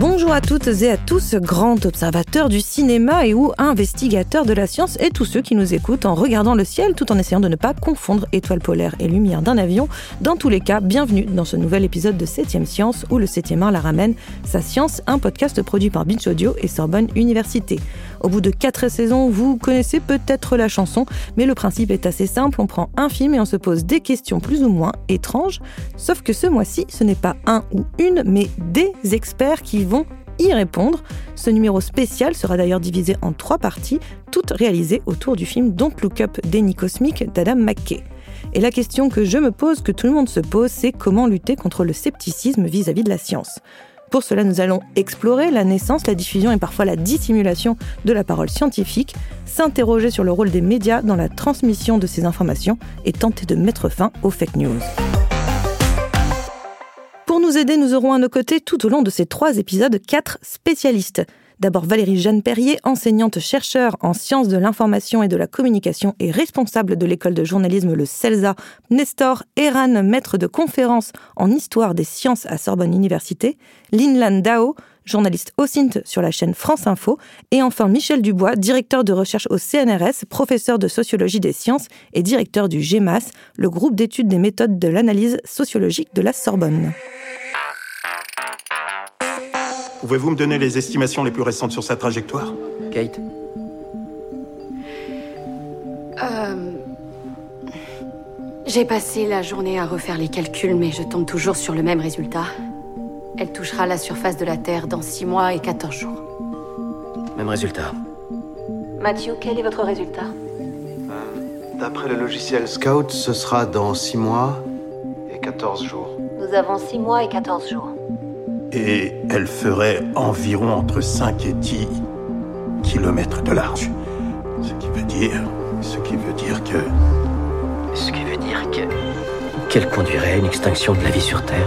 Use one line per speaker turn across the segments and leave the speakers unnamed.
Bonjour à toutes et à tous, grands observateurs du cinéma et ou investigateurs de la science et tous ceux qui nous écoutent en regardant le ciel tout en essayant de ne pas confondre étoiles polaires et lumière d'un avion. Dans tous les cas, bienvenue dans ce nouvel épisode de 7ème Science où le 7e art la ramène, sa science, un podcast produit par Binge Audio et Sorbonne Université. Au bout de 4 saisons, vous connaissez peut-être la chanson, mais le principe est assez simple, on prend un film et on se pose des questions plus ou moins étranges, sauf que ce mois-ci, ce n'est pas un ou une, mais des experts qui vont y répondre. Ce numéro spécial sera d'ailleurs divisé en 3 parties, toutes réalisées autour du film Don't Look Up, Déni cosmique d'Adam McKay. Et la question que je me pose, que tout le monde se pose, c'est comment lutter contre le scepticisme vis-à-vis de la science. Pour cela, nous allons explorer la naissance, la diffusion et parfois la dissimulation de la parole scientifique, s'interroger sur le rôle des médias dans la transmission de ces informations et tenter de mettre fin aux fake news. Pour nous aider, nous aurons à nos côtés tout au long de ces 3 épisodes 4 spécialistes. D'abord Valérie-Jeanne Perrier, enseignante-chercheure en sciences de l'information et de la communication et responsable de l'école de journalisme le CELSA. Nestor Eran, maître de conférences en histoire des sciences à Sorbonne Université. Lin-Lan Dao, journaliste au CINT sur la chaîne France Info. Et enfin Michel Dubois, directeur de recherche au CNRS, professeur de sociologie des sciences et directeur du GEMAS, le groupe d'études des méthodes de l'analyse sociologique de la Sorbonne.
Pouvez-vous me donner les estimations les plus récentes sur sa trajectoire ?
Kate ?
J'ai passé la journée à refaire les calculs, mais je tombe toujours sur le même résultat. Elle touchera la surface de la Terre dans 6 mois et 14 jours.
Même résultat.
Mathieu, quel est votre résultat ?
D'après le logiciel Scout, ce sera dans 6 mois et 14 jours.
Nous avons 6 mois et 14 jours.
Et elle ferait environ entre 5 et 10 kilomètres de large. Ce qui veut dire que...
Qu'elle conduirait à une extinction de la vie sur Terre.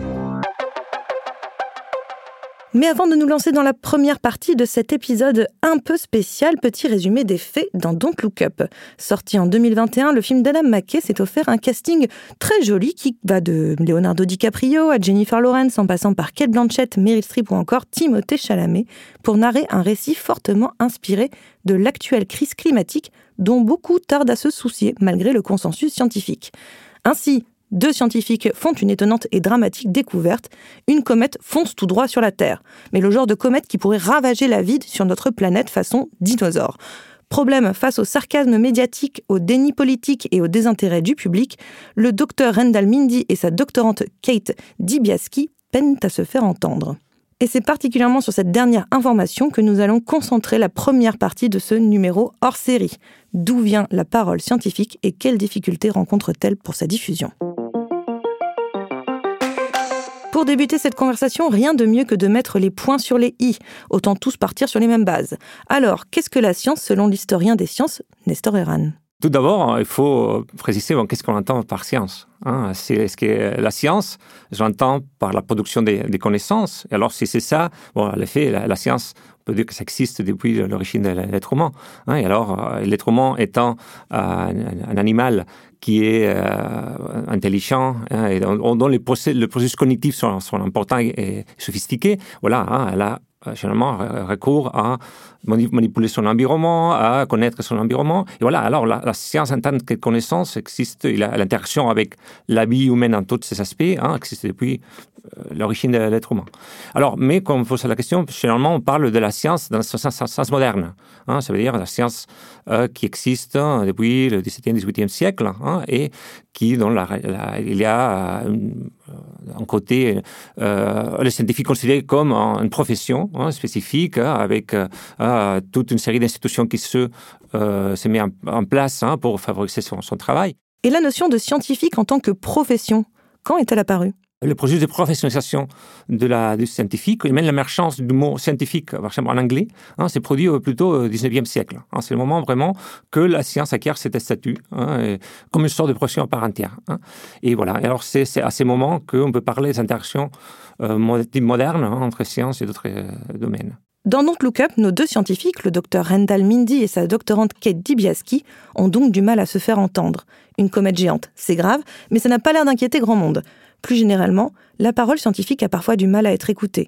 Mais avant de nous lancer dans la première partie de cet épisode un peu spécial, petit résumé des faits dans Don't Look Up. Sorti en 2021, le film d'Adam McKay s'est offert un casting très joli qui va de Leonardo DiCaprio à Jennifer Lawrence en passant par Cate Blanchett, Meryl Streep ou encore Timothée Chalamet pour narrer un récit fortement inspiré de l'actuelle crise climatique dont beaucoup tardent à se soucier malgré le consensus scientifique. Ainsi, 2 scientifiques font une étonnante et dramatique découverte. Une comète fonce tout droit sur la Terre. Mais le genre de comète qui pourrait ravager la vie sur notre planète façon dinosaure. Problème, face au sarcasme médiatique, au déni politique et au désintérêt du public, le docteur Randall Mindy et sa doctorante Kate Dibiasky peinent à se faire entendre. Et c'est particulièrement sur cette dernière information que nous allons concentrer la première partie de ce numéro hors série. D'où vient la parole scientifique et quelles difficultés rencontre-t-elle pour sa diffusion ? Pour débuter cette conversation, rien de mieux que de mettre les points sur les i. Autant tous partir sur les mêmes bases. Alors, qu'est-ce que la science selon l'historien des sciences, Nestor Eran ?
Tout d'abord, il faut préciser qu'est-ce qu'on entend par science. Est-ce que la science, j'entends par la production des connaissances. Et alors, si c'est ça, en effet, la science, on peut dire que ça existe depuis l'origine de l'être humain. Et alors, l'être humain étant un animal qui est intelligent et dont le processus cognitif sont importants et sophistiqués, voilà, elle a généralement recours à manipuler son environnement, à connaître son environnement. Et voilà, alors la science en tant que connaissance existe, l'interaction avec la vie humaine en tous ses aspects, existe depuis l'origine de l'être humain. Alors, mais quand on pose la question, généralement on parle de la science dans son sens moderne. Ça veut dire la science qui existe depuis le XVIIe, XVIIIe siècle et dont il y a un côté, le scientifique considéré comme une profession spécifique avec toute une série d'institutions qui se met en place pour favoriser son travail.
Et la notion de scientifique en tant que profession, quand est-elle apparue ?
Le processus de professionnalisation du scientifique, et même l'émergence du mot scientifique, en anglais, s'est produit plutôt au XIXe siècle. C'est le moment vraiment que la science acquiert cet statut, comme une sorte de profession à part entière. Et voilà. Et alors c'est à ces moments qu'on peut parler des interactions modernes entre science et d'autres domaines.
Dans Don't Look Up, nos 2 scientifiques, le docteur Randall Mindy et sa doctorante Kate Dibiasky, ont donc du mal à se faire entendre. Une comète géante, c'est grave, mais ça n'a pas l'air d'inquiéter grand monde. Plus généralement, la parole scientifique a parfois du mal à être écoutée.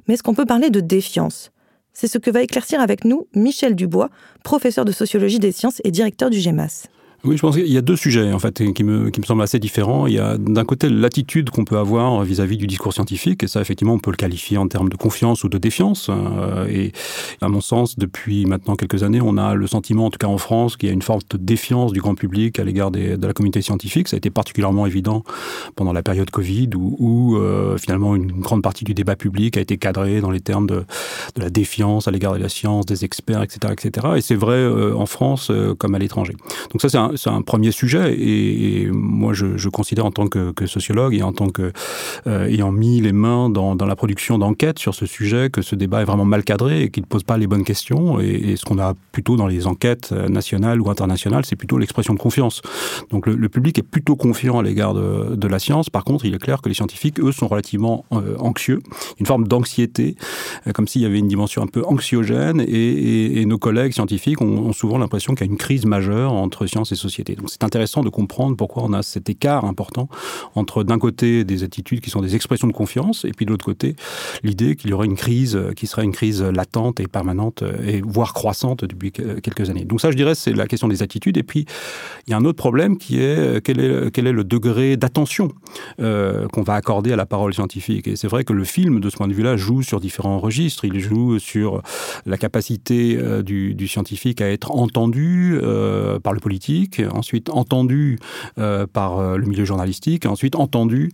Mais est-ce qu'on peut parler de défiance ? C'est ce que va éclaircir avec nous Michel Dubois, professeur de sociologie des sciences et directeur du GEMAS.
Oui, je pense qu'il y a deux sujets en fait qui me semblent assez différents. Il y a d'un côté l'attitude qu'on peut avoir vis-à-vis du discours scientifique, et ça effectivement on peut le qualifier en termes de confiance ou de défiance. Et à mon sens, depuis maintenant quelques années, on a le sentiment, en tout cas en France, qu'il y a une forte défiance du grand public à l'égard de la communauté scientifique. Ça a été particulièrement évident pendant la période Covid, où finalement une grande partie du débat public a été cadrée dans les termes de la défiance à l'égard de la science, des experts, etc., etc. Et c'est vrai en France comme à l'étranger. Donc ça c'est un premier sujet, et moi je considère en tant que sociologue et en tant que ayant mis les mains dans la production d'enquêtes sur ce sujet, que ce débat est vraiment mal cadré et qu'il ne pose pas les bonnes questions. Et ce qu'on a plutôt dans les enquêtes nationales ou internationales, c'est plutôt l'expression de confiance. Donc le public est plutôt confiant à l'égard de la science. Par contre, il est clair que les scientifiques, eux, sont relativement anxieux, une forme d'anxiété, comme s'il y avait une dimension un peu anxiogène, et nos collègues scientifiques ont souvent l'impression qu'il y a une crise majeure entre science et société. Donc c'est intéressant de comprendre pourquoi on a cet écart important entre d'un côté des attitudes qui sont des expressions de confiance, et puis de l'autre côté l'idée qu'il y aurait une crise qui serait une crise latente et permanente, et voire croissante depuis quelques années. Donc ça, je dirais, c'est la question des attitudes. Et puis il y a un autre problème qui est quel est le degré d'attention qu'on va accorder à la parole scientifique. Et c'est vrai que le film, de ce point de vue-là, joue sur différents registres. Il joue sur la capacité du scientifique à être entendu par le politique, ensuite entendu par le milieu journalistique, ensuite entendu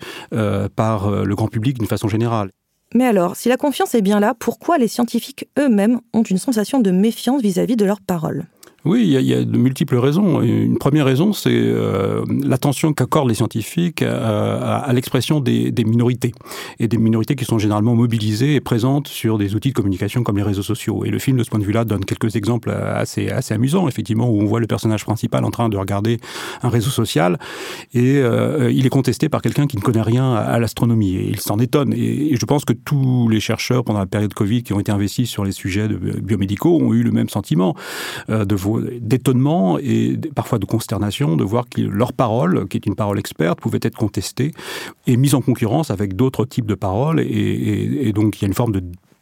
par le grand public d'une façon générale.
Mais alors, si la confiance est bien là, pourquoi les scientifiques eux-mêmes ont une sensation de méfiance vis-à-vis de leurs paroles ?
Oui, il y a de multiples raisons. Une première raison, c'est l'attention qu'accordent les scientifiques à l'expression des minorités, et des minorités qui sont généralement mobilisées et présentes sur des outils de communication comme les réseaux sociaux. Et le film, de ce point de vue-là, donne quelques exemples assez amusants, effectivement, où on voit le personnage principal en train de regarder un réseau social, et il est contesté par quelqu'un qui ne connaît rien à l'astronomie, et il s'en étonne. Et je pense que tous les chercheurs, pendant la période Covid, qui ont été investis sur les sujets biomédicaux, ont eu le même sentiment d'étonnement et parfois de consternation de voir que leur parole, qui est une parole experte, pouvait être contestée et mise en concurrence avec d'autres types de paroles. Et donc il y a une forme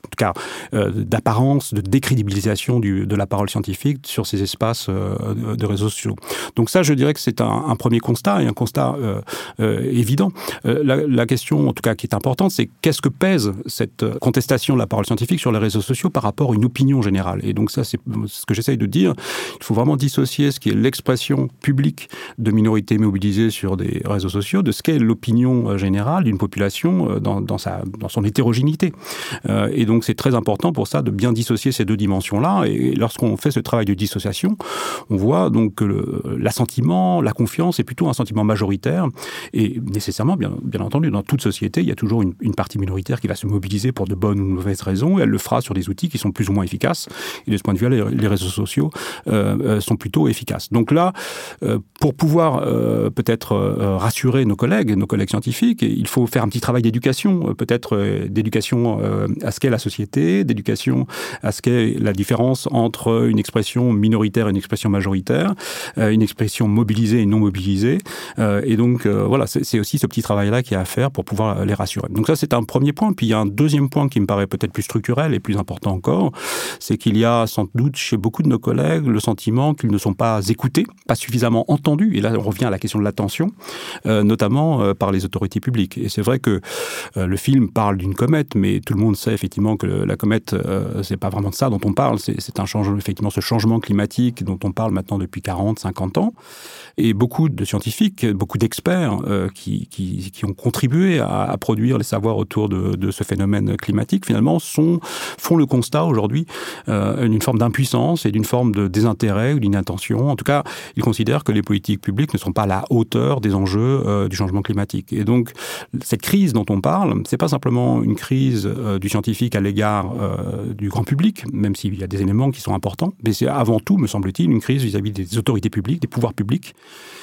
d'apparence, de décrédibilisation de la parole scientifique sur ces espaces de réseaux sociaux. Donc ça, je dirais que c'est un premier constat, et un constat évident. La question, en tout cas, qui est importante, c'est qu'est-ce que pèse cette contestation de la parole scientifique sur les réseaux sociaux par rapport à une opinion générale. Et donc ça, c'est ce que j'essaye de dire. Il faut vraiment dissocier ce qui est l'expression publique de minorités mobilisées sur des réseaux sociaux de ce qu'est l'opinion générale d'une population dans son hétérogénéité. Et donc, c'est très important pour ça de bien dissocier ces deux dimensions-là. Et lorsqu'on fait ce travail de dissociation, on voit donc que l'assentiment, la confiance est plutôt un sentiment majoritaire. Et nécessairement, bien entendu, dans toute société, il y a toujours une partie minoritaire qui va se mobiliser pour de bonnes ou de mauvaises raisons. Et elle le fera sur des outils qui sont plus ou moins efficaces. Et de ce point de vue-là, les réseaux sociaux sont plutôt efficaces. Donc là, pour pouvoir peut-être rassurer nos collègues scientifiques, il faut faire un petit travail d'éducation, peut-être d'éducation à ce qu'est la société, d'éducation à ce qu'est la différence entre une expression minoritaire et une expression majoritaire, une expression mobilisée et non mobilisée. Et donc, voilà, c'est aussi ce petit travail-là qu'il y a à faire pour pouvoir les rassurer. Donc ça, c'est un premier point. Puis il y a un deuxième point qui me paraît peut-être plus structurel et plus important encore, c'est qu'il y a sans doute chez beaucoup de nos collègues le sentiment qu'ils ne sont pas écoutés, pas suffisamment entendus. Et là, on revient à la question de l'attention, notamment par les autorités publiques. Et c'est vrai que le film parle d'une comète, mais tout le monde sait effectivement que la comète, c'est pas vraiment de ça dont on parle. C'est un changement, effectivement, ce changement climatique dont on parle maintenant depuis 40, 50 ans. Et beaucoup de scientifiques, beaucoup d'experts qui ont contribué à produire les savoirs autour de ce phénomène climatique, finalement, font le constat aujourd'hui d'une forme d'impuissance et d'une forme de désintérêt ou d'inattention. En tout cas, ils considèrent que les politiques publiques ne sont pas à la hauteur des enjeux du changement climatique. Et donc, cette crise dont on parle, c'est pas simplement une crise du scientifique à l'égard du grand public, même s'il y a des éléments qui sont importants, mais c'est avant tout, me semble-t-il, une crise vis-à-vis des autorités publiques, des pouvoirs publics,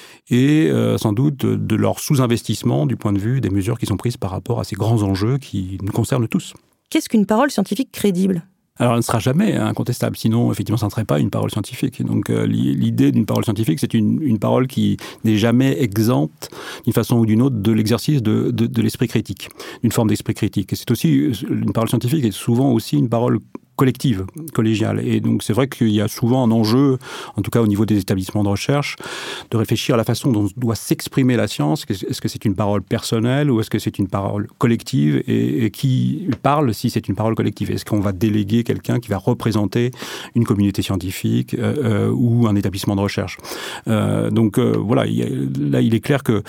et sans doute de leur sous-investissement du point de vue des mesures qui sont prises par rapport à ces grands enjeux qui nous concernent tous.
Qu'est-ce qu'une parole scientifique crédible ?
Alors, elle ne sera jamais incontestable. Sinon, effectivement, ça ne serait pas une parole scientifique. Donc, l'idée d'une parole scientifique, c'est une parole qui n'est jamais exempte, d'une façon ou d'une autre, de l'exercice de l'esprit critique, d'une forme d'esprit critique. Et c'est aussi, une parole scientifique est souvent aussi une parole collective, collégiale. Et donc, c'est vrai qu'il y a souvent un enjeu, en tout cas au niveau des établissements de recherche, de réfléchir à la façon dont doit s'exprimer la science. Est-ce que c'est une parole personnelle ou est-ce que c'est une parole collective et qui parle si c'est une parole collective? Est-ce qu'on va déléguer quelqu'un qui va représenter une communauté scientifique ou un établissement de recherche? Voilà, là, il est clair que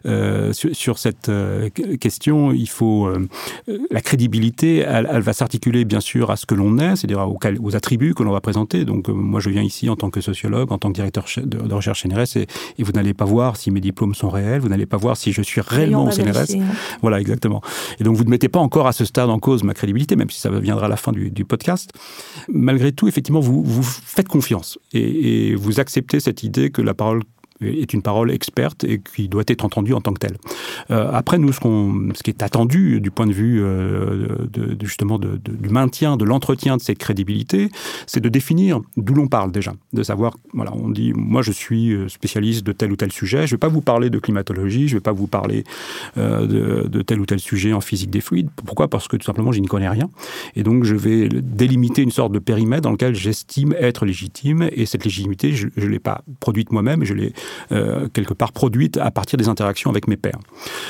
sur cette question, il faut... la crédibilité, elle va s'articuler, bien sûr, à ce que l'on est, c'est-à-dire aux attributs que l'on va présenter. Donc, moi, je viens ici en tant que sociologue, en tant que directeur de recherche CNRS, et vous n'allez pas voir si mes diplômes sont réels, vous n'allez pas voir si je suis réellement au CNRS. Voilà, exactement. Et donc, vous ne mettez pas encore à ce stade en cause ma crédibilité, même si ça viendra à la fin du podcast. Malgré tout, effectivement, vous faites confiance et vous acceptez cette idée que la parole est une parole experte et qui doit être entendue en tant que telle. Après, nous, ce qui est attendu du point de vue justement du maintien, de l'entretien de cette crédibilité, c'est de définir d'où l'on parle déjà. De savoir, voilà, on dit, moi je suis spécialiste de tel ou tel sujet, je ne vais pas vous parler de climatologie, je ne vais pas vous parler de tel ou tel sujet en physique des fluides. Pourquoi? Parce que tout simplement, je n'y connais rien. Et donc, je vais délimiter une sorte de périmètre dans lequel j'estime être légitime, et cette légitimité, je ne l'ai pas produite moi-même, je l'ai quelque part produite à partir des interactions avec mes pairs.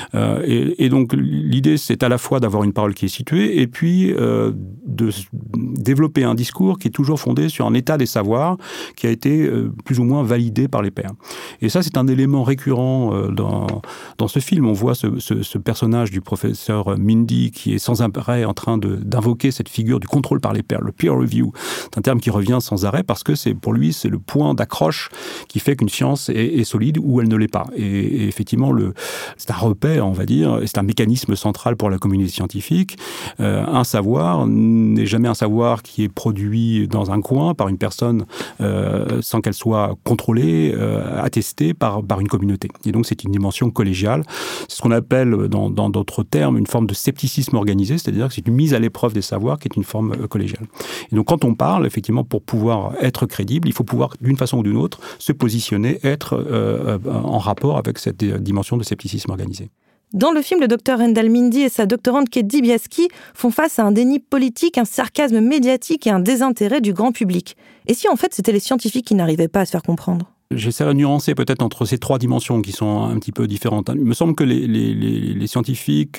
Et donc, l'idée, c'est à la fois d'avoir une parole qui est située et puis de développer un discours qui est toujours fondé sur un état des savoirs qui a été plus ou moins validé par les pairs. Et ça, c'est un élément récurrent dans ce film. On voit ce personnage du professeur Mindy qui est sans arrêt en train d'invoquer cette figure du contrôle par les pairs, le peer review. C'est un terme qui revient sans arrêt parce que pour lui, c'est le point d'accroche qui fait qu'une science est solide ou elle ne l'est pas. Et effectivement, c'est un repère, on va dire, et c'est un mécanisme central pour la communauté scientifique. Un savoir n'est jamais un savoir qui est produit dans un coin par une personne sans qu'elle soit contrôlée, attestée par une communauté. Et donc, c'est une dimension collégiale. C'est ce qu'on appelle, dans d'autres termes, une forme de scepticisme organisé, c'est-à-dire que c'est une mise à l'épreuve des savoirs qui est une forme collégiale. Et donc, quand on parle, effectivement, pour pouvoir être crédible, il faut pouvoir, d'une façon ou d'une autre, se positionner, être en rapport avec cette dimension de scepticisme organisé.
Dans le film, le docteur Randall Mindy et sa doctorante Kate Dibiaski font face à un déni politique, un sarcasme médiatique et un désintérêt du grand public. Et si en fait c'était les scientifiques qui n'arrivaient pas à se faire comprendre ?
J'essaie de nuancer peut-être entre ces trois dimensions qui sont un petit peu différentes. Il me semble que les scientifiques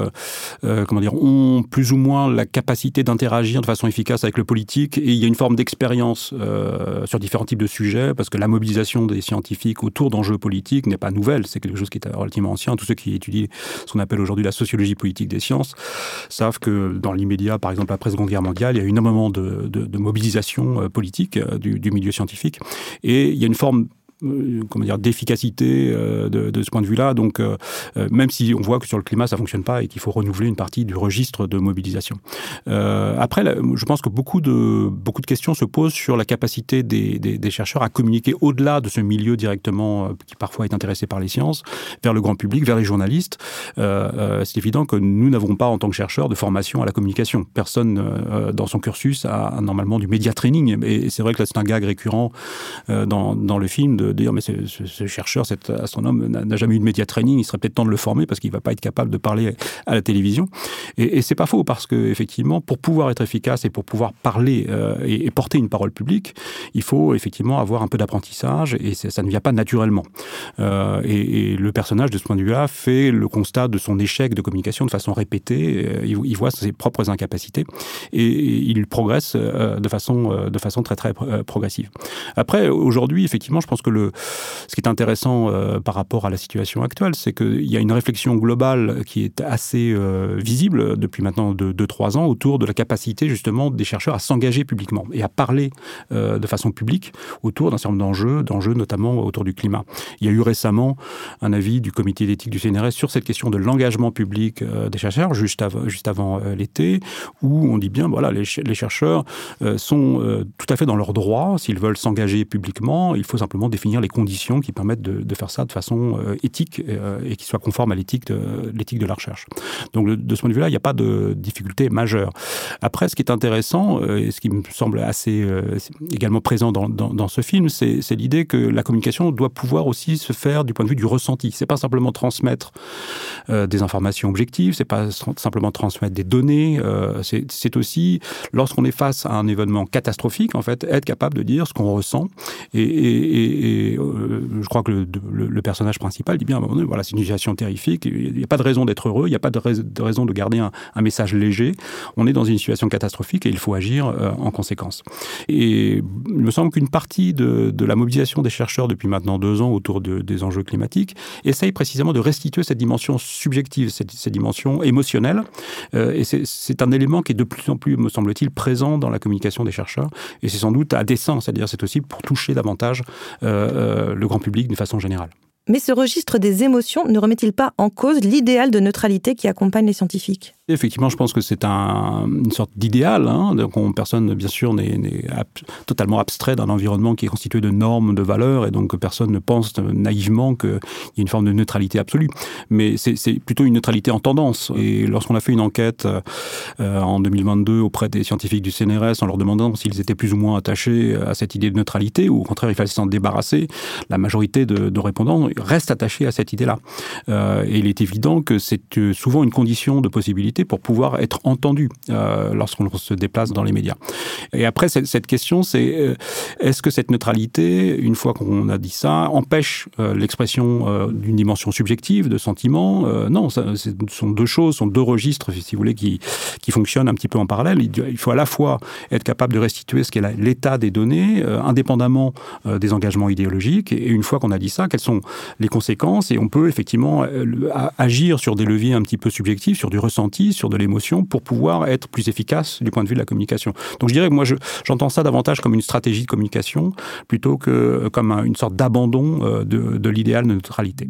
ont plus ou moins la capacité d'interagir de façon efficace avec le politique, et il y a une forme d'expérience sur différents types de sujets, parce que la mobilisation des scientifiques autour d'enjeux politiques n'est pas nouvelle, c'est quelque chose qui est relativement ancien. Tous ceux qui étudient ce qu'on appelle aujourd'hui la sociologie politique des sciences savent que dans l'immédiat, par exemple après la Seconde Guerre mondiale, il y a eu énormément de mobilisation politique du milieu scientifique, et il y a une forme d'efficacité de ce point de vue-là. Donc, même si on voit que sur le climat, ça ne fonctionne pas et qu'il faut renouveler une partie du registre de mobilisation. Après, je pense que beaucoup de questions se posent sur la capacité des chercheurs à communiquer au-delà de ce milieu directement, qui parfois est intéressé par les sciences, vers le grand public, vers les journalistes. C'est évident que nous n'avons pas, en tant que chercheurs, de formation à la communication. Personne, dans son cursus, a normalement du média training. Et c'est vrai que là, c'est un gag récurrent dans le film, de dire mais ce chercheur, cet astronome n'a jamais eu de média training, il serait peut-être temps de le former parce qu'il ne va pas être capable de parler à la télévision. Et c'est pas faux, parce que effectivement, pour pouvoir être efficace et pour pouvoir parler et porter une parole publique, il faut effectivement avoir un peu d'apprentissage, et ça ne vient pas naturellement. Et le personnage, de ce point de vue-là, fait le constat de son échec de communication de façon répétée. Il voit ses propres incapacités et il progresse de façon très très progressive. Après, aujourd'hui, effectivement, je pense que ce qui est intéressant par rapport à la situation actuelle, c'est qu'il y a une réflexion globale qui est assez visible depuis maintenant 2-3 ans autour de la capacité justement des chercheurs à s'engager publiquement et à parler de façon publique autour d'un certain nombre d'enjeux notamment autour du climat. Il y a eu récemment un avis du comité d'éthique du CNRS sur cette question de l'engagement public des chercheurs juste avant l'été, où on dit bien, voilà, les chercheurs sont tout à fait dans leur droit. S'ils veulent s'engager publiquement, il faut simplement définir définir les conditions qui permettent de faire ça de façon éthique et qui soit conforme à l'éthique de la recherche. Donc de ce point de vue-là, il n'y a pas de difficulté majeure. Après, ce qui est intéressant, et ce qui me semble assez également présent dans ce film, c'est l'idée que la communication doit pouvoir aussi se faire du point de vue du ressenti. C'est pas simplement transmettre des informations objectives, c'est pas simplement transmettre des données, c'est aussi, lorsqu'on est face à un événement catastrophique, en fait, être capable de dire ce qu'on ressent. Et je crois que le personnage principal dit bien, voilà, c'est une situation terrifique, il n'y a pas de raison d'être heureux, il n'y a pas de raison de garder un message léger. On est dans une situation catastrophique et il faut agir en conséquence. Et il me semble qu'une partie de la mobilisation des chercheurs depuis maintenant 2 ans autour des enjeux climatiques essaye précisément de restituer cette dimension subjective, cette dimension émotionnelle. Et c'est un élément qui est de plus en plus, me semble-t-il, présent dans la communication des chercheurs. Et c'est sans doute à dessein, c'est-à-dire c'est aussi pour toucher davantage le grand public d'une façon générale.
Mais ce registre des émotions ne remet-il pas en cause l'idéal de neutralité qui accompagne les scientifiques ?
Effectivement, je pense que c'est une sorte d'idéal. Donc, personne, bien sûr, n'est totalement abstrait d'un environnement qui est constitué de normes, de valeurs, et donc personne ne pense naïvement qu'il y a une forme de neutralité absolue. Mais c'est plutôt une neutralité en tendance. Et lorsqu'on a fait une enquête en 2022 auprès des scientifiques du CNRS en leur demandant s'ils étaient plus ou moins attachés à cette idée de neutralité, ou au contraire, il fallait s'en débarrasser, la majorité de répondants restent attachés à cette idée-là. Et il est évident que c'est souvent une condition de possibilité pour pouvoir être entendu lorsqu'on se déplace dans les médias. Et après, cette question, c'est est-ce que cette neutralité, une fois qu'on a dit ça, empêche l'expression d'une dimension subjective, de sentiment ? Non, ce sont 2 choses, ce sont 2 registres, si vous voulez, qui fonctionnent un petit peu en parallèle. Il faut à la fois être capable de restituer ce qu'est l'état des données, indépendamment des engagements idéologiques. Et une fois qu'on a dit ça, quelles sont les conséquences? Et on peut effectivement agir sur des leviers un petit peu subjectifs, sur du ressenti, sur de l'émotion, pour pouvoir être plus efficace du point de vue de la communication. Donc je dirais que moi, j'entends ça davantage comme une stratégie de communication, plutôt que comme une sorte d'abandon de l'idéal de neutralité.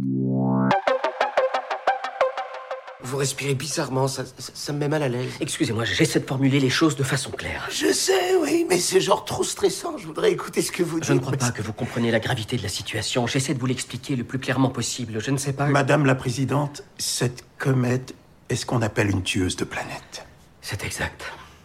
Vous respirez bizarrement, ça me met mal à l'aise. Excusez-moi, j'essaie de formuler les choses de façon claire.
Je sais, oui, mais c'est genre trop stressant. Je voudrais écouter ce que vous dites.
Je ne crois pas que vous compreniez la gravité de la situation. J'essaie de vous l'expliquer le plus clairement possible. Je ne sais pas...
Madame la Présidente, cette comète est ce qu'on appelle une tueuse de planètes.
C'est exact.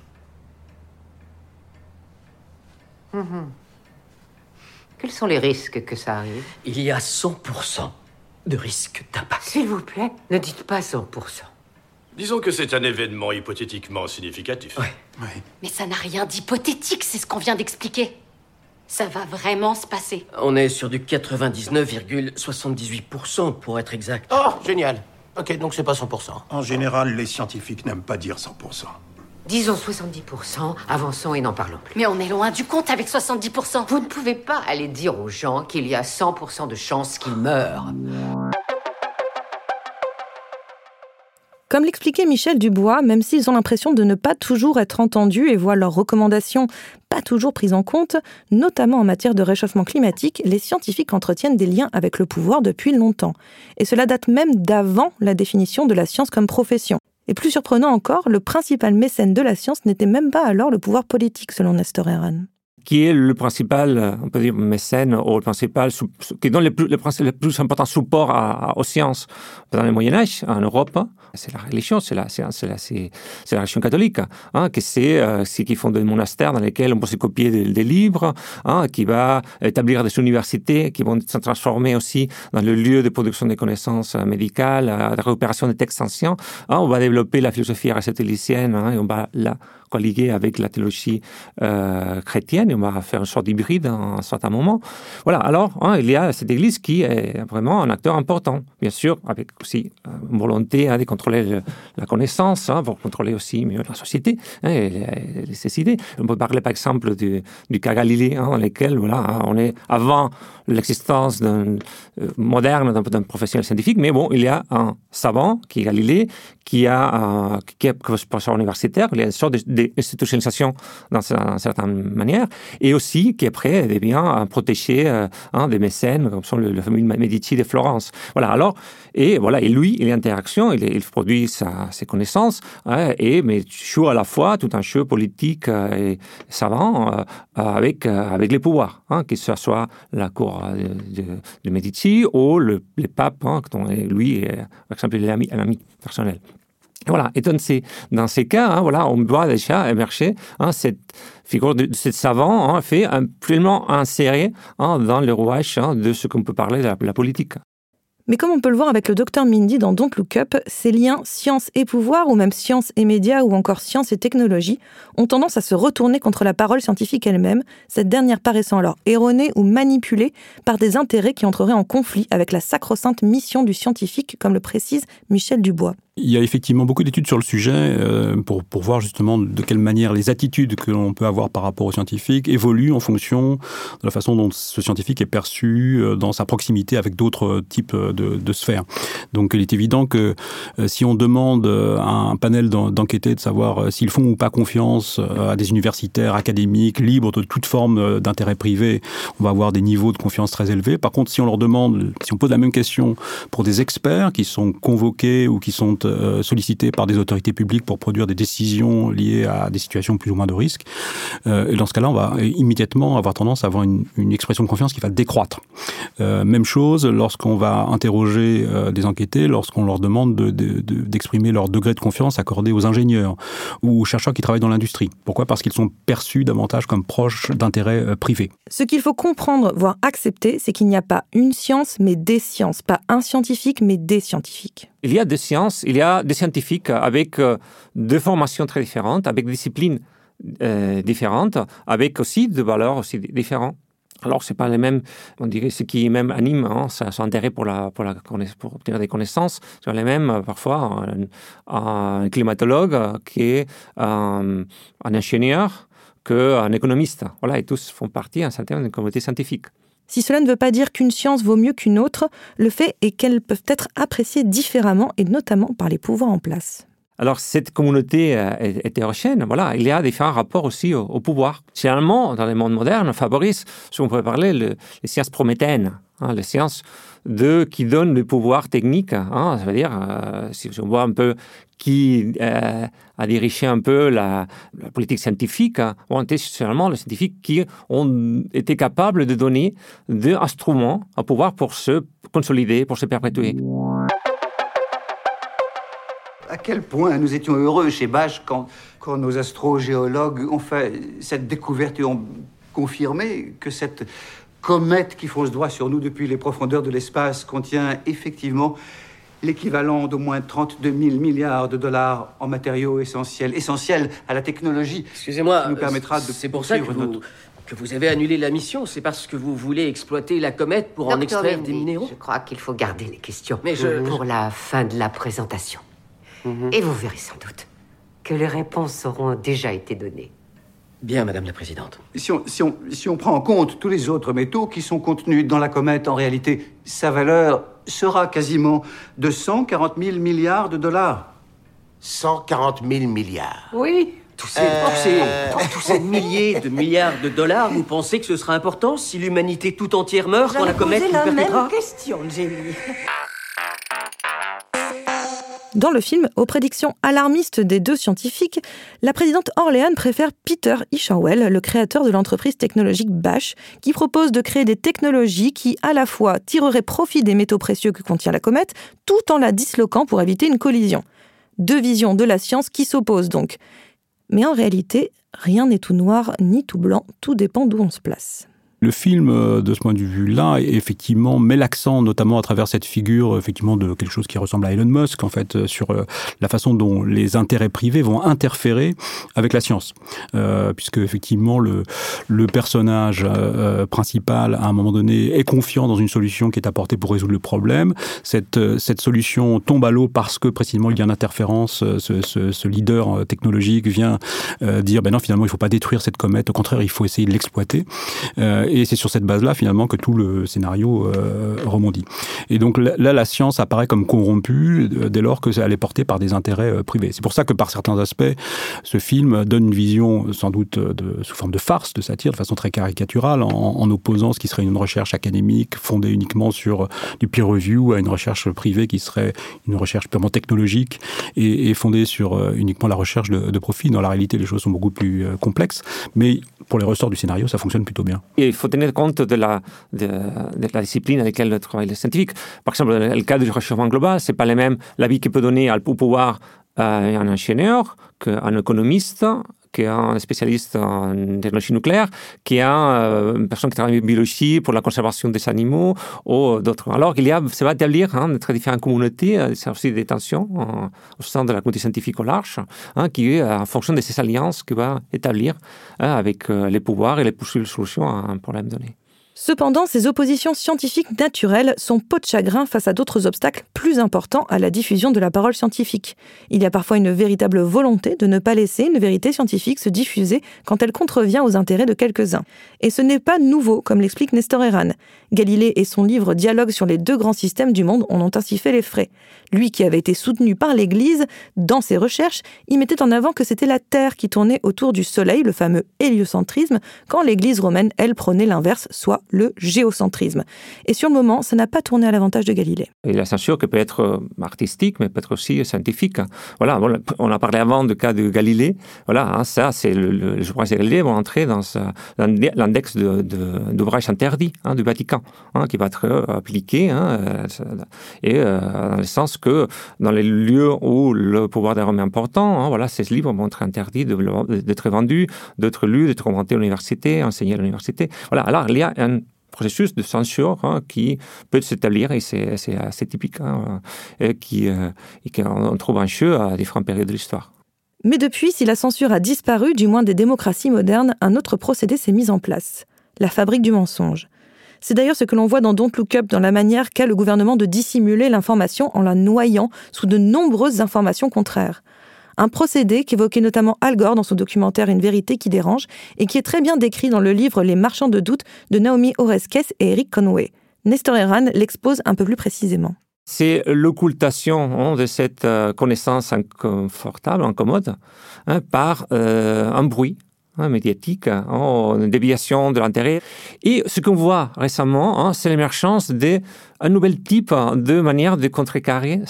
Quels sont les risques que ça arrive ?
Il y a 100% de risque d'impact.
S'il vous plaît, ne dites pas 100%.
Disons que c'est un événement hypothétiquement significatif.
Oui.
Mais ça n'a rien d'hypothétique, c'est ce qu'on vient d'expliquer. Ça va vraiment se passer.
On est sur du 99,78% pour être exact.
Oh, génial. Ok, donc c'est pas 100%.
En général, les scientifiques n'aiment pas dire 100%.
Disons 70%, avançons et n'en parlons plus.
Mais on est loin du compte avec 70%.
Vous ne pouvez pas aller dire aux gens qu'il y a 100% de chances qu'ils meurent.
Comme l'expliquait Michel Dubois, même s'ils ont l'impression de ne pas toujours être entendus et voient leurs recommandations pas toujours prises en compte, notamment en matière de réchauffement climatique, les scientifiques entretiennent des liens avec le pouvoir depuis longtemps. Et cela date même d'avant la définition de la science comme profession. Et plus surprenant encore, le principal mécène de la science n'était même pas alors le pouvoir politique, selon Nestor Erhan.
Qui est le principal, on peut dire, mécène, ou le principal, qui donne le plus important support aux sciences dans le Moyen-Âge, en Europe, c'est la religion, c'est la religion catholique, que c'est qui font des monastères dans lesquels on peut se copier des livres, qui va établir des universités qui vont se transformer aussi dans le lieu de production des connaissances médicales, de récupération des textes anciens. On va développer la philosophie aristotélicienne, et on va la relier avec la théologie chrétienne, et on va faire une sorte d'hybride à un certain moment. Voilà, alors il y a cette église qui est vraiment un acteur important, bien sûr, avec aussi une volonté de contrôler la connaissance, pour contrôler aussi mieux la société, et ces idées. On peut parler par exemple du cas Galilée, dans lequel on est avant l'existence moderne d'un professionnel scientifique, mais bon, il y a un savant qui est Galilée, qui est professeur universitaire, il y a une sorte d'institutionnalisation dans une certaine manière, et aussi qui après devient protégé des mécènes, comme sont le fameux Medici de Florence. Voilà, alors, et lui, il est interaction, il produit ses connaissances, mais joue à la fois tout un jeu politique et savant avec les pouvoirs, que ce soit la cour de Medici ou les papes, dont lui, par exemple, il est un ami personnel. Voilà. Et dans ces cas, on voit déjà émerger cette figure de ce savant fait pleinement inséré dans le rouage de ce qu'on peut parler de la politique.
Mais comme on peut le voir avec le Dr Mindy dans Don't Look Up, ces liens science et pouvoir, ou même science et médias, ou encore science et technologie, ont tendance à se retourner contre la parole scientifique elle-même, cette dernière paraissant alors erronée ou manipulée par des intérêts qui entreraient en conflit avec la sacro-sainte mission du scientifique, comme le précise Michel Dubois.
Il y a effectivement beaucoup d'études sur le sujet pour voir justement de quelle manière les attitudes que l'on peut avoir par rapport aux scientifiques évoluent en fonction de la façon dont ce scientifique est perçu dans sa proximité avec d'autres types de sphères. Donc il est évident que si on demande à un panel d'enquêter de savoir s'ils font ou pas confiance à des universitaires académiques libres de toute forme d'intérêt privé, on va avoir des niveaux de confiance très élevés. Par contre, si on pose la même question pour des experts qui sont convoqués ou qui sont sollicités par des autorités publiques pour produire des décisions liées à des situations plus ou moins de risque. Et dans ce cas-là, on va immédiatement avoir tendance à avoir une expression de confiance qui va décroître. Même chose lorsqu'on va interroger des enquêtés, lorsqu'on leur demande d'exprimer leur degré de confiance accordé aux ingénieurs ou aux chercheurs qui travaillent dans l'industrie. Pourquoi ? Parce qu'ils sont perçus davantage comme proches d'intérêts privés.
Ce qu'il faut comprendre, voire accepter, c'est qu'il n'y a pas une science, mais des sciences. Pas un scientifique, mais des scientifiques.
Il y a des sciences, il y a des scientifiques avec deux formations très différentes, avec des disciplines différentes, avec aussi des valeurs aussi différentes. Alors, c'est pas les mêmes, on dirait, ce qui même anime son intérêt pour obtenir des connaissances, c'est les mêmes, parfois, un climatologue qui est un ingénieur qu'un économiste. Voilà, et tous font partie d'un certain d'une communauté scientifique.
Si cela ne veut pas dire qu'une science vaut mieux qu'une autre, le fait est qu'elles peuvent être appréciées différemment et notamment par les pouvoirs en place.
Alors, cette communauté hétérogène, il y a différents rapports aussi au pouvoir. Généralement, dans le monde moderne, on favorise ce qu'on pourrait parler les sciences prométhéennes, les sciences qui donnent le pouvoir technique. Ça veut dire, si on voit un peu qui a dirigé un peu la politique scientifique, ont été généralement les scientifiques qui ont été capables de donner des instruments au pouvoir pour se consolider, pour se perpétuer.
À quel point nous étions heureux chez Bache quand nos astrogéologues ont fait cette découverte et ont confirmé que cette comète qui fonce droit sur nous depuis les profondeurs de l'espace contient effectivement l'équivalent d'au moins 32 000 milliards de dollars en matériaux essentiels à la technologie.
Excusez-moi,
qui nous permettra de
c'est pour ça que vous avez annulé la mission. C'est parce que vous voulez exploiter la comète pour en extraire des minéraux.
Je crois qu'il faut garder les questions
Mais
pour la fin de la présentation. Et vous verrez sans doute que les réponses auront déjà été données.
Bien, Madame la Présidente.
Si on prend en compte tous les autres métaux qui sont contenus dans la comète, en réalité, sa valeur sera quasiment de 140 000 milliards de dollars.
140 000 milliards.
Oui. Tous ces milliers de milliards de dollars, vous pensez que ce sera important si l'humanité tout entière meurt quand la comète nous perpétrera ?
J'avais posé la même question, Jenny.
Dans le film, aux prédictions alarmistes des deux scientifiques, la présidente Orléans préfère Peter Isherwell, le créateur de l'entreprise technologique Bache, qui propose de créer des technologies qui, à la fois, tireraient profit des métaux précieux que contient la comète, tout en la disloquant pour éviter une collision. Deux visions de la science qui s'opposent donc. Mais en réalité, rien n'est tout noir ni tout blanc, tout dépend d'où on se place.
Le film, de ce point de vue-là, effectivement, met l'accent, notamment à travers cette figure, effectivement, de quelque chose qui ressemble à Elon Musk, en fait, sur la façon dont les intérêts privés vont interférer avec la science. Puisque, effectivement, le personnage principal, à un moment donné, est confiant dans une solution qui est apportée pour résoudre le problème. Cette solution tombe à l'eau parce que, précisément, il y a une interférence. Ce leader technologique vient dire, non, finalement, il ne faut pas détruire cette comète. Au contraire, il faut essayer de l'exploiter. Et c'est sur cette base-là, finalement, que tout le scénario rebondit. Et donc là, la science apparaît comme corrompue dès lors que elle est portée par des intérêts privés. C'est pour ça que, par certains aspects, ce film donne une vision, sans doute, sous forme de farce, de satire, de façon très caricaturale, en opposant ce qui serait une recherche académique fondée uniquement sur du peer review à une recherche privée qui serait une recherche purement technologique et fondée sur uniquement la recherche de profit. Dans la réalité, les choses sont beaucoup plus complexes, mais pour les ressorts du scénario, ça fonctionne plutôt bien.
Et il faut tenir compte de la discipline avec laquelle travaille le scientifique. Par exemple, dans le cas du réchauffement global, c'est pas le même l'avis qu'il peut donner au pouvoir un ingénieur qu'un économiste, qu'un spécialiste en technologie nucléaire, une personne qui travaille en biologie pour la conservation des animaux, ou d'autres. Alors ça va établir entre différentes communautés, c'est aussi des tensions au sein de la communauté scientifique au large, qui est en fonction de ces alliances qu'il va établir avec les pouvoirs et les possibles solutions à un problème donné.
Cependant, ces oppositions scientifiques naturelles sont peau de chagrin face à d'autres obstacles plus importants à la diffusion de la parole scientifique. Il y a parfois une véritable volonté de ne pas laisser une vérité scientifique se diffuser quand elle contrevient aux intérêts de quelques-uns. Et ce n'est pas nouveau, comme l'explique Nestor Erhan. Galilée et son livre Dialogue sur les deux grands systèmes du monde en ont ainsi fait les frais. Lui qui avait été soutenu par l'Église, dans ses recherches, il mettait en avant que c'était la Terre qui tournait autour du Soleil, le fameux héliocentrisme, quand l'Église romaine, elle, prônait l'inverse, soit le géocentrisme. Et sur le moment, ça n'a pas tourné à l'avantage de Galilée.
Et la censure qui peut être artistique, mais peut être aussi scientifique. Voilà, on a parlé avant du cas de Galilée. Voilà, ça, c'est les ouvrages de Galilée vont entrer dans l'index d'ouvrages interdits du Vatican, qui va être appliqué, et dans le sens que dans les lieux où le pouvoir des Romains est important, ces livres vont être interdits d'être vendus, d'être lus, d'être commentés à l'université, enseignés à l'université. Voilà, alors il y a un processus de censure qui peut s'établir, et c'est assez typique, et qu'on trouve en jeu à différentes périodes de l'histoire.
Mais depuis, si la censure a disparu, du moins des démocraties modernes, un autre procédé s'est mis en place. La fabrique du mensonge. C'est d'ailleurs ce que l'on voit dans Don't Look Up, dans la manière qu'a le gouvernement de dissimuler l'information en la noyant sous de nombreuses informations contraires. Un procédé qu'évoquait notamment Al Gore dans son documentaire Une vérité qui dérange et qui est très bien décrit dans le livre Les marchands de doute de Naomi Oreskes et Eric Conway. Nestor Erhan l'expose un peu plus précisément.
C'est l'occultation de cette connaissance inconfortable, incommode, par un bruit médiatique, une déviation de l'intérêt. Et ce qu'on voit récemment, c'est l'émergence d'un nouvel type de manière de contrecarrer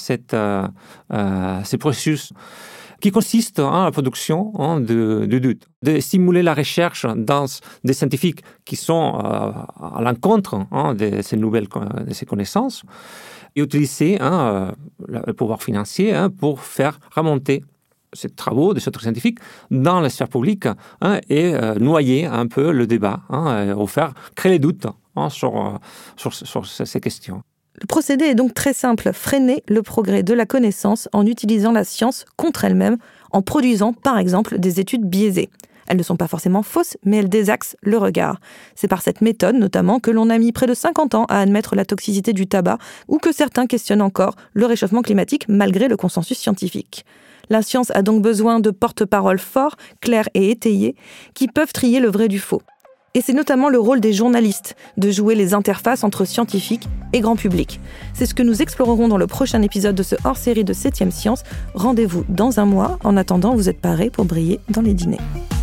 ces processus qui consiste en la production de doute, de stimuler la recherche dans des scientifiques qui sont à l'encontre de ces connaissances, et utiliser le pouvoir financier pour faire remonter ces travaux de ces autres scientifiques dans la sphère publique et noyer un peu le débat, ou faire créer les doutes sur ces questions.
Le procédé est donc très simple, freiner le progrès de la connaissance en utilisant la science contre elle-même, en produisant par exemple des études biaisées. Elles ne sont pas forcément fausses, mais elles désaxent le regard. C'est par cette méthode notamment que l'on a mis près de 50 ans à admettre la toxicité du tabac, ou que certains questionnent encore le réchauffement climatique malgré le consensus scientifique. La science a donc besoin de porte-paroles forts, clairs et étayés, qui peuvent trier le vrai du faux. Et c'est notamment le rôle des journalistes, de jouer les interfaces entre scientifiques et grand public. C'est ce que nous explorerons dans le prochain épisode de ce hors-série de 7e Science. Rendez-vous dans un mois. En attendant, vous êtes parés pour briller dans les dîners.